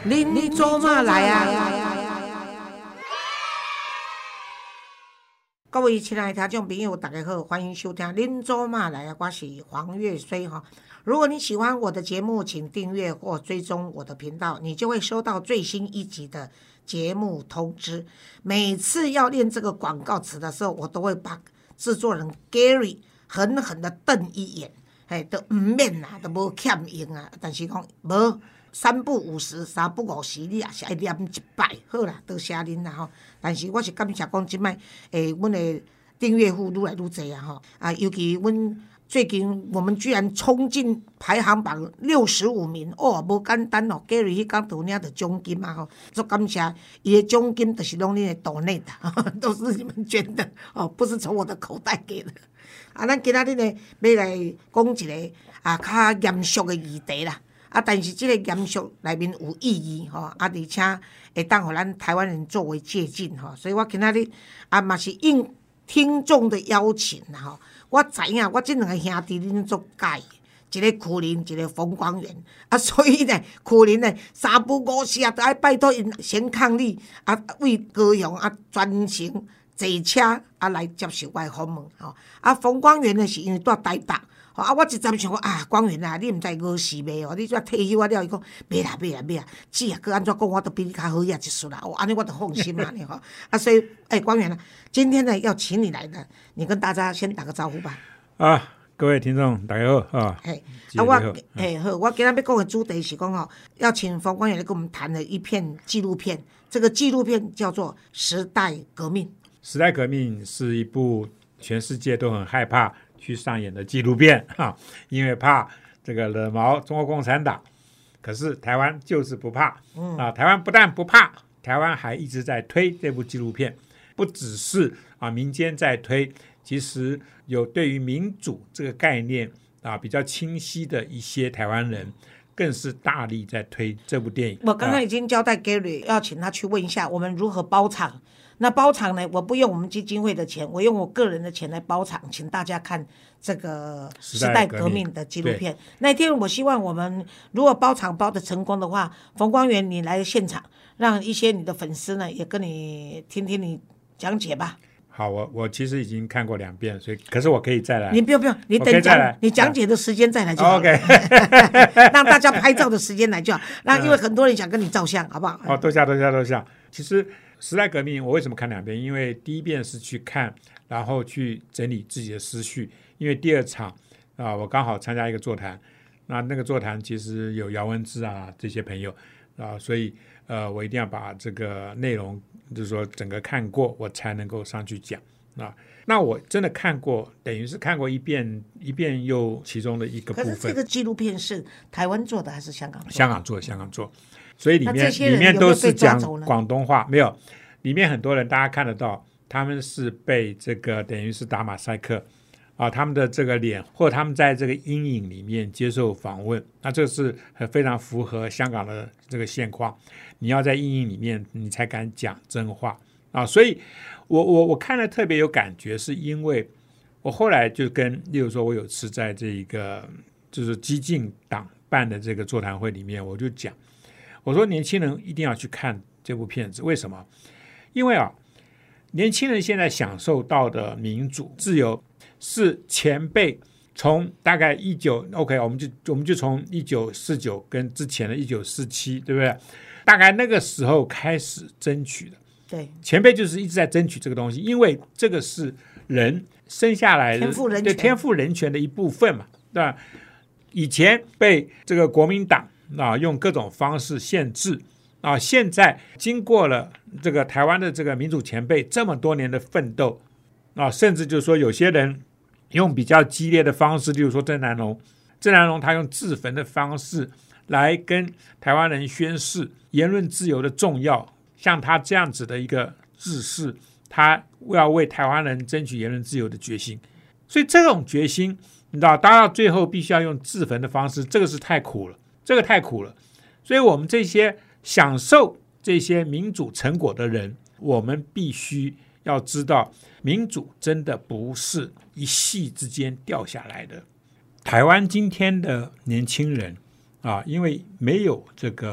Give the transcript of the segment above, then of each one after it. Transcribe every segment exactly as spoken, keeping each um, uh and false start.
您做嘛来啊？各位亲爱的听众朋友，大家好，欢迎收听《您做嘛来啊》，我是黄月水哈。如果你喜欢我的节目，请订阅或追踪我的频道，你就会收到最新一集的节目通知。每次要念这个广告词的时候，我都会把制作人 Gary 狠狠的瞪一眼，嘿，都唔免啦，都无欠用啊。但是讲无三不五时，三不五时，你也是爱念一摆，好啦，多谢您啦吼。但是我是感谢讲即摆诶，阮的订阅户愈来愈侪啊吼啊，尤其阮最近我们居然冲进排行榜六十五名哦，无简单哦。Gary 迄天就领到奖金啊吼，足感谢伊的奖金，就是拢恁的岛内的，都是你们捐的哦，不是从我的口袋给的。啊，咱今仔日呢要来讲一个啊较严肃的议题啦。啊，但是这个严肃内面有意义吼，啊，而且会当互咱台湾人作为借鉴吼，所以我今仔日啊嘛是应听众的邀请啦吼，我知影我这两个兄弟恁足介，一个苦林，一个冯光远啊，所以呢，苦林呢三不五时啊，都爱拜托因先抗力啊，为高雄啊专程坐车啊来接受我的访问吼，啊，冯光远呢是因为住台北。啊！我一阵想讲啊，光远啊，你毋知饿死未哦？你这退休啊了，伊讲袂啦，袂啦，袂啦，姊啊，佮安怎讲，我都比你较好呀，一丝啦。哦，安尼我就放心啦，你吼。啊，所以，哎、欸，光远啊，今天呢要请你来的，你跟大家先打个招呼吧。 啊，各位听众，大家好啊。 嘿，啊我，嘿好，我今仔要讲的主题是讲吼，要请冯光远来跟我们谈的一片纪录片。这个纪录片叫做《时代革命》。 时代革命是一部全世界都很害怕去上演的纪录片哈，因为怕这个惹毛中国共产党，可是台湾就是不怕、嗯、啊！台湾不但不怕，台湾还一直在推这部纪录片，不只是啊民间在推，其实有对于民主这个概念啊比较清晰的一些台湾人，更是大力在推这部电影。 我刚刚已经交代 Gary 要请他去问一下我们如何包场。那包场呢，我不用我们基金会的钱，我用我个人的钱来包场，请大家看这个时代革命的纪录片。那天我希望我们如果包场包的成功的话，冯光远你来现场，让一些你的粉丝呢也跟你听听你讲解吧。 好，我我其实已经看过两遍，所以可是我可以再来。 你不用不用，你等讲你讲解的时间再来就好。 OK， 让大家拍照的时间来就好。那因为很多人想跟你照相，好不好？ 哦，多谢多谢多谢。其实时代革命我为什么看两遍？因为第一遍是去看，然后去整理自己的思绪。因为第二场啊，我刚好参加一个座谈，那那个座谈其实有姚文智啊这些朋友啊，所以呃，我一定要把这个内容，就是说整个看过，我才能够上去讲啊。那我真的看过，等于是看过一遍一遍又其中的一个部分。 可是这个纪录片是台湾做的还是香港做的？ 香港做，香港做。所以里面里面都是讲广东话，没有，里面很多人大家看得到，他们是被这个等于是打马赛克啊，他们的这个脸或者他们在这个阴影里面接受访问，那这是非常符合香港的这个现况。你要在阴影里面，你才敢讲真话啊！所以我我我看了特别有感觉，是因为我后来就跟，例如说我有次在这个就是激进党办的这个座谈会里面，我就讲。我说年轻人一定要去看这部片子，为什么？因为啊，年轻人现在享受到的民主自由是前辈从大概一九 OK， 我们就我们就从一九四九跟之前的一九四七，对不对？大概那个时候开始争取的。 对， 前辈就是一直在争取这个东西，因为这个是人生下来的天赋人权， 对天赋人权的一部分嘛，对吧？以前被这个国民党啊，用各种方式限制啊，现在经过了这个台湾的这个民主前辈这么多年的奋斗啊，甚至就是说有些人用比较激烈的方式，例如说郑南榕，郑南榕他用自焚的方式来跟台湾人宣示言论自由的重要，像他这样子的一个志士，他要为台湾人争取言论自由的决心，所以这种决心你知道，当然最后必须要用自焚的方式，这个是太苦了，这个太苦了。所以我们这些享受这些民主成果的人，我们必须要知道，民主真的不是一夕之间掉下来的。台湾今天的年轻人啊，因为没有这个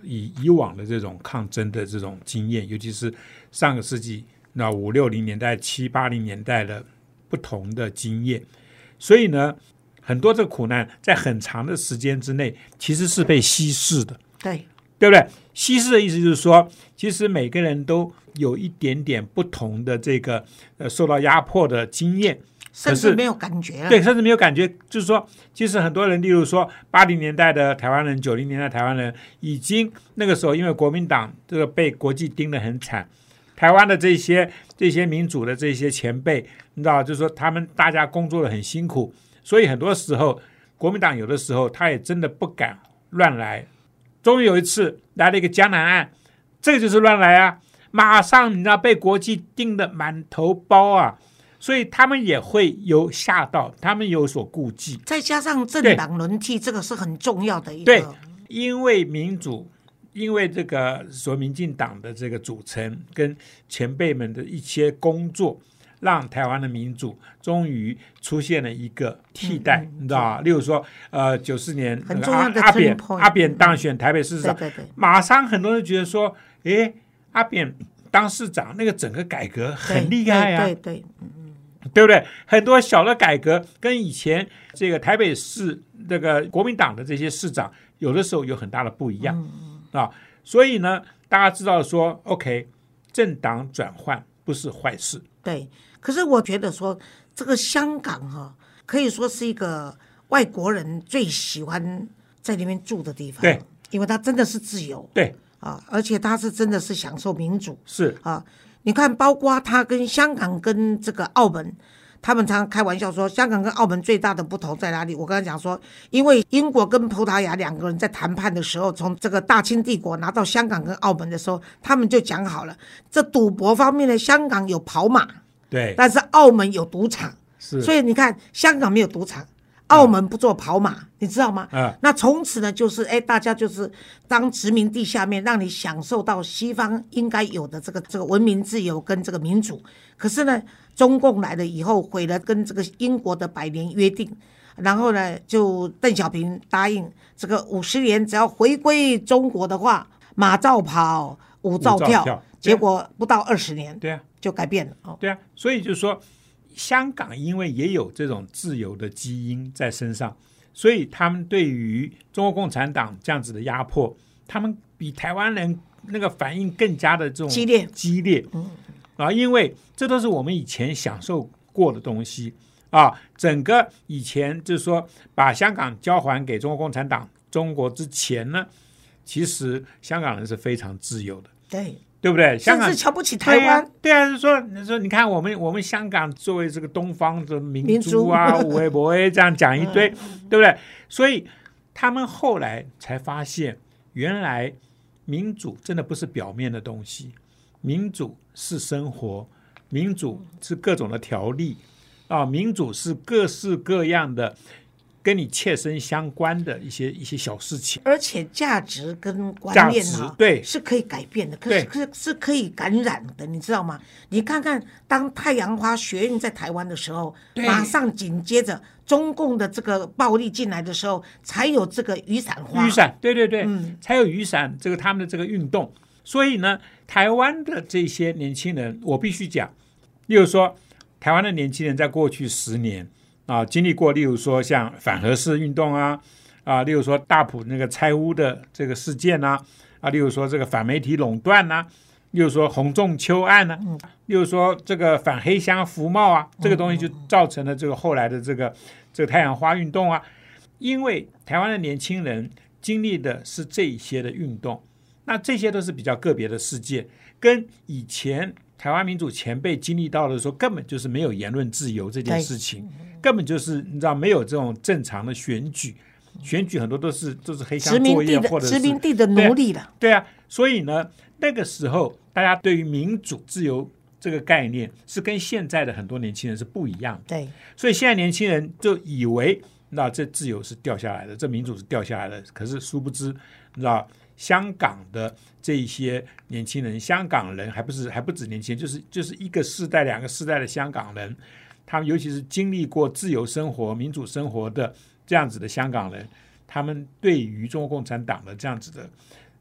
以以往的这种抗争的这种经验，尤其是上个世纪那五六零年代、七八零年代的不同的经验，所以呢，很多这个苦难在很长的时间之内其实是被稀释的， 对对不对？稀释的意思就是说，其实每个人都有一点点不同的这个呃受到压迫的经验。 甚至没有感觉了， 对，甚至没有感觉。就是说，其实很多人，例如说八零年代的台湾人、九零年代的台湾人，已经那个时候因为国民党这个被国际盯得很惨，台湾的这些这些民主的这些前辈，你知道，就是说他们大家工作得很辛苦，所以很多时候国民党有的时候他也真的不敢乱来。终于有一次来了一个江南案，这个就是乱来啊，马上你知道被国际盯得满头包啊。所以他们也会有吓到，他们有所顾忌， 再加上政党轮替，这个是很重要的一个。 对，因为民主，因为这个所谓民进党的这个组成跟前辈们的一些工作，让台湾的民主终于出现了一个替代，嗯、你知道吗？例如说，呃，九四年很重要的阿扁阿扁当选台北市长， 对对对， 马上很多人觉得说，诶，阿扁当市长，那个整个改革很厉害呀、啊， 对对对。嗯对不对？很多小的改革跟以前这个台北市这个国民党的这些市长有的时候有很大的不一样、嗯、啊，所以呢，大家知道说 OK， 政党转换不是坏事。 对，可是我觉得说这个香港哈、哦，可以说是一个外国人最喜欢在那边住的地方， 对， 因为它真的是自由， 对啊，而且它是真的是享受民主， 是啊。你看，包括他跟香港跟这个澳门，他们常常开玩笑说，香港跟澳门最大的不同在哪里？我刚才讲说，因为英国跟葡萄牙两个人在谈判的时候，从这个大清帝国拿到香港跟澳门的时候，他们就讲好了，这赌博方面呢，香港有跑马， 对， 但是澳门有赌场， 是， 所以你看，香港没有赌场。澳门不做跑马、嗯、你知道吗、 嗯、 那从此呢就是哎，大家就是当殖民地下面让你享受到西方应该有的这个这个文明自由跟这个民主，可是呢中共来了以后毁了跟这个英国的百年约定，然后呢就邓小平答应这个五十年只要回归中国的话，马照跑舞照跳，跳结果不到二十年， 对啊， 就改变了、哦、 对啊，所以就是说香港因为也有这种自由的基因在身上，所以他们对于中国共产党这样子的压迫，他们比台湾人那个反应更加的这种激烈激烈、嗯、啊，因为这都是我们以前享受过的东西啊。整个以前就是说把香港交还给中国共产党中国之前呢，其实香港人是非常自由的， 对对不对？香港甚至瞧不起台湾。 对啊，就是说，你说，你看我们我们香港作为这个东方的民族啊，五 A 博 A 这样讲一堆，对不对？所以他们后来才发现，原来民主真的不是表面的东西，民主是生活，民主是各种的条例啊，民主是各式各样的。跟你切身相关的一些一些小事情， 而且价值跟观念哈， 对， 是可以改变的，可是是是可以感染的，你知道吗？你看看，当太阳花学运在台湾的时候，马上紧接着中共的这个暴力进来的时候，才有这个雨伞花， 雨伞，对对对， 嗯， 才有雨伞这个他们的这个运动。所以呢，台湾的这些年轻人，我必须讲，例如说，台湾的年轻人在过去十年。啊，经历过，例如说像反核四运动啊，啊，例如说大埔那个拆屋的这个事件啊，啊，例如说这个反媒体垄断啊，例如说洪仲丘案啊，嗯、例如说这个反黑箱服贸啊，这个东西就造成了这个后来的这个这个太阳花运动啊。因为台湾的年轻人经历的是这一些的运动，那这些都是比较个别的事件，跟以前台湾民主前辈经历到的时候，根本就是没有言论自由这件事情。根本就是你知道没有这种正常的选举，选举很多都是都是黑箱作业或者是殖民地的奴隶了。 对啊，所以呢，那个时候大家对于民主自由这个概念是跟现在的很多年轻人是不一样的。 对， 所以现在年轻人就以为那这自由是掉下来的，这民主是掉下来的，可是殊不知，你知道香港的这一些年轻人，香港人还不是还不止年轻人，就是就是一个世代两个世代的香港人。他们尤其是经历过自由生活、民主生活的这样子的香港人，他们对于中国共产党的这样子的各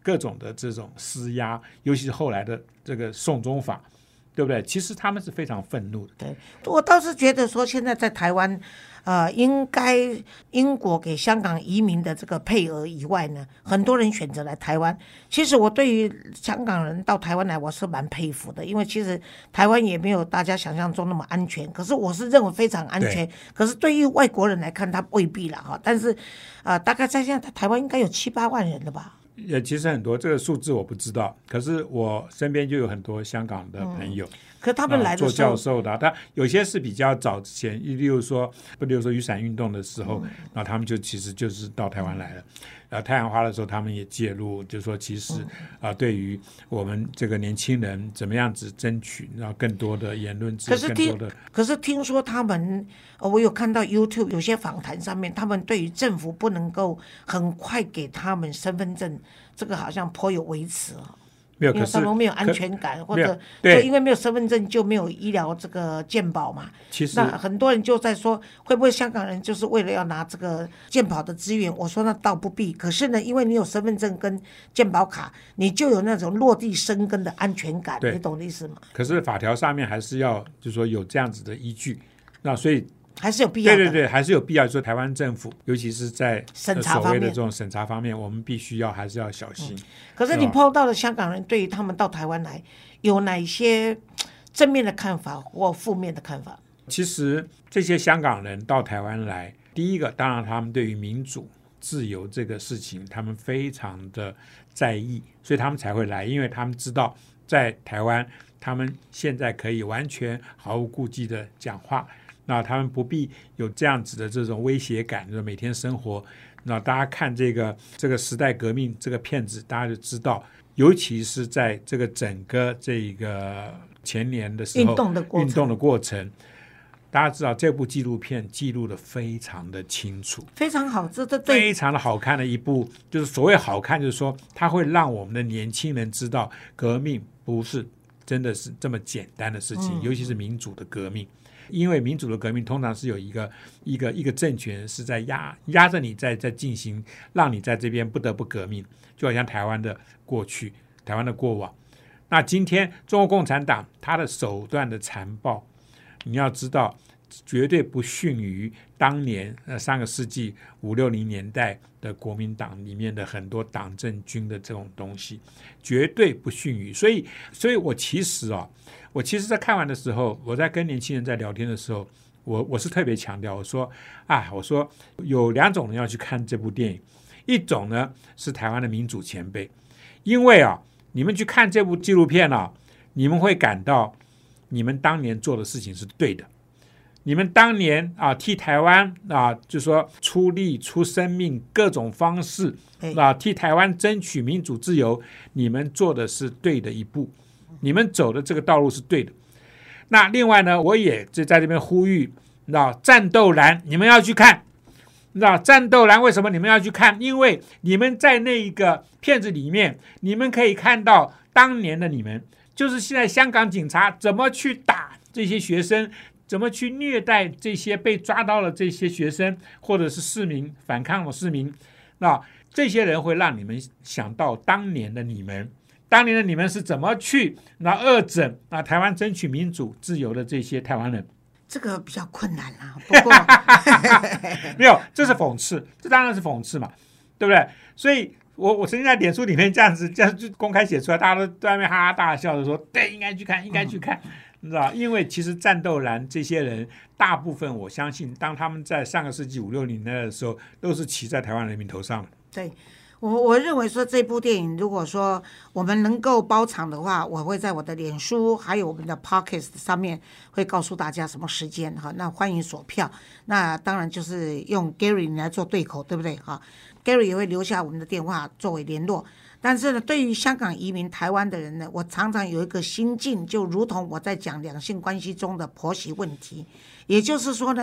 各种的这种施压，尤其是后来的这个送中法，对不对？其实他们是非常愤怒的。 对，我倒是觉得说现在在台湾呃，应该英国给香港移民的这个配额以外呢，很多人选择来台湾。其实我对于香港人到台湾来，我是蛮佩服的，因为其实台湾也没有大家想象中那么安全。可是我是认为非常安全。可是对于外国人来看，他未必啦哈。但是，呃，大概在现在台湾应该有七八万人了吧？ 也其实很多，这个数字我不知道，可是我身边就有很多香港的朋友。嗯， 可他们来的时候、 呃、做教授的，他有些是比较早之前，例如说，例如说雨伞运动的时候，嗯、然后他们就其实就是到台湾来了。呃，太阳花的时候，他们也介入，就是说，其实啊、嗯呃，对于我们这个年轻人怎么样子争取，然后更多的言论自由，更多的。 可是听说他们，呃，我有看到 YouTube 有些访谈上面，他们对于政府不能够很快给他们身份证，这个好像颇有微词哦。 没有， 因为他们没有安全感，或者对， 因为没有身份证就没有医疗这个健保嘛。 其实那很多人就在说，会不会香港人就是为了要拿这个健保的资源？我说那倒不必。可是呢，因为你有身份证跟健保卡，你就有那种落地生根的安全感，你懂的意思吗？ 可是法条上面还是要，就是说有这样子的依据，那所以。 还是有必要的， 对对对，还是有必要。说台湾政府，尤其是在审查方面、 所谓的这种审查方面，我们必须要还是要小心。嗯、 可是你碰到的香港人，对于他们到台湾来，有哪些正面的看法或负面的看法？ 其实这些香港人到台湾来，第一个，当然他们对于民主、自由这个事情，他们非常的在意，所以他们才会来，因为他们知道在台湾，他们现在可以完全毫无顾忌的讲话。那他们不必有这样子的这种威胁感，就是每天生活。那大家看这个这个时代革命这个片子，大家就知道，尤其是在这个整个这个前年的时候， 运动的过程， 运动的过程，大家知道这部纪录片记录的非常的清楚， 非常好，这这非常的好看的一部。就是所谓好看，就是说它会让我们的年轻人知道，革命不是真的是这么简单的事情，嗯、尤其是民主的革命。因为民主的革命通常是有一个一个一个政权是在压压着你在在进行，让你在这边不得不革命，就好像台湾的过去，台湾的过往。那今天中国共产党它的手段的残暴，你要知道，绝对不逊于当年呃上个世纪五六零年代的国民党里面的很多党政军的这种东西，绝对不逊于。所以，所以我其实啊。我其实在看完的时候，我在跟年轻人在聊天的时候，我我是特别强调，我说啊，我说有两种人要去看这部电影，一种呢是台湾的民主前辈，因为啊，你们去看这部纪录片啊，你们会感到你们当年做的事情是对的，你们当年啊替台湾啊，就说出力出生命各种方式啊，替台湾争取民主自由，你们做的是对的一步。你们走的这个道路是对的。那另外呢，我也就在这边呼吁，你知道战斗蓝你们要去看，你知道战斗蓝为什么你们要去看？因为你们在那一个片子里面，你们可以看到当年的你们，就是现在香港警察怎么去打这些学生，怎么去虐待这些被抓到了这些学生或者是市民反抗的市民。那这些人会让你们想到当年的你们。当年的你们是怎么去那恶整啊台湾争取民主自由的这些台湾人？ 这个比较困难啦，不过没有，这是讽刺，这当然是讽刺嘛，对不对？所以我我曾经在脸书里面这样子这样就公开写出来，大家都在那边哈哈大笑的说，对，应该去看，应该去看，嗯、你知道？因为其实战斗蓝这些人，大部分我相信，当他们在上个世纪五六零年代的时候，都是骑在台湾人民头上的。 对。我我认为说这部电影，如果说我们能够包场的话，我会在我的脸书还有我们的 Podcast 上面会告诉大家什么时间哈。那欢迎锁票，那当然就是用 Gary 你来做对口，对不对哈 ？Gary 也会留下我们的电话作为联络。但是呢，对于香港移民台湾的人呢，我常常有一个心境，就如同我在讲两性关系中的婆媳问题，也就是说呢，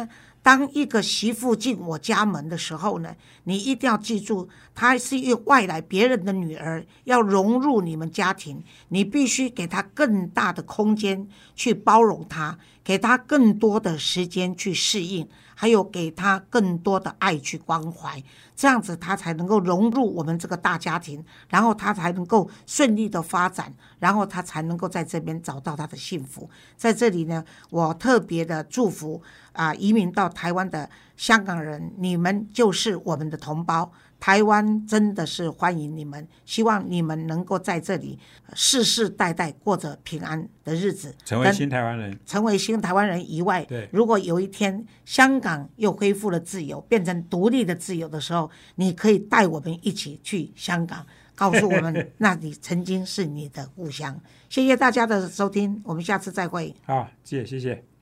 当一个媳妇进我家门的时候呢，你一定要记住，她是一个外来别人的女儿，要融入你们家庭，你必须给她更大的空间去包容她，给她更多的时间去适应，还有给她更多的爱去关怀，这样子她才能够融入我们这个大家庭，然后她才能够顺利的发展，然后她才能够在这边找到她的幸福。在这里呢，我特别的祝福啊、呃，移民到台湾的香港人，你们就是我们的同胞，台湾真的是欢迎你们，希望你们能够在这里世世代代过着平安的日子， 成为新台湾人。 成为新台湾人以外， 对， 如果有一天香港又恢复了自由，变成独立的自由的时候，你可以带我们一起去香港，告诉我们那里曾经是你的故乡。谢谢大家的收听，我们下次再会。 好，谢谢谢谢。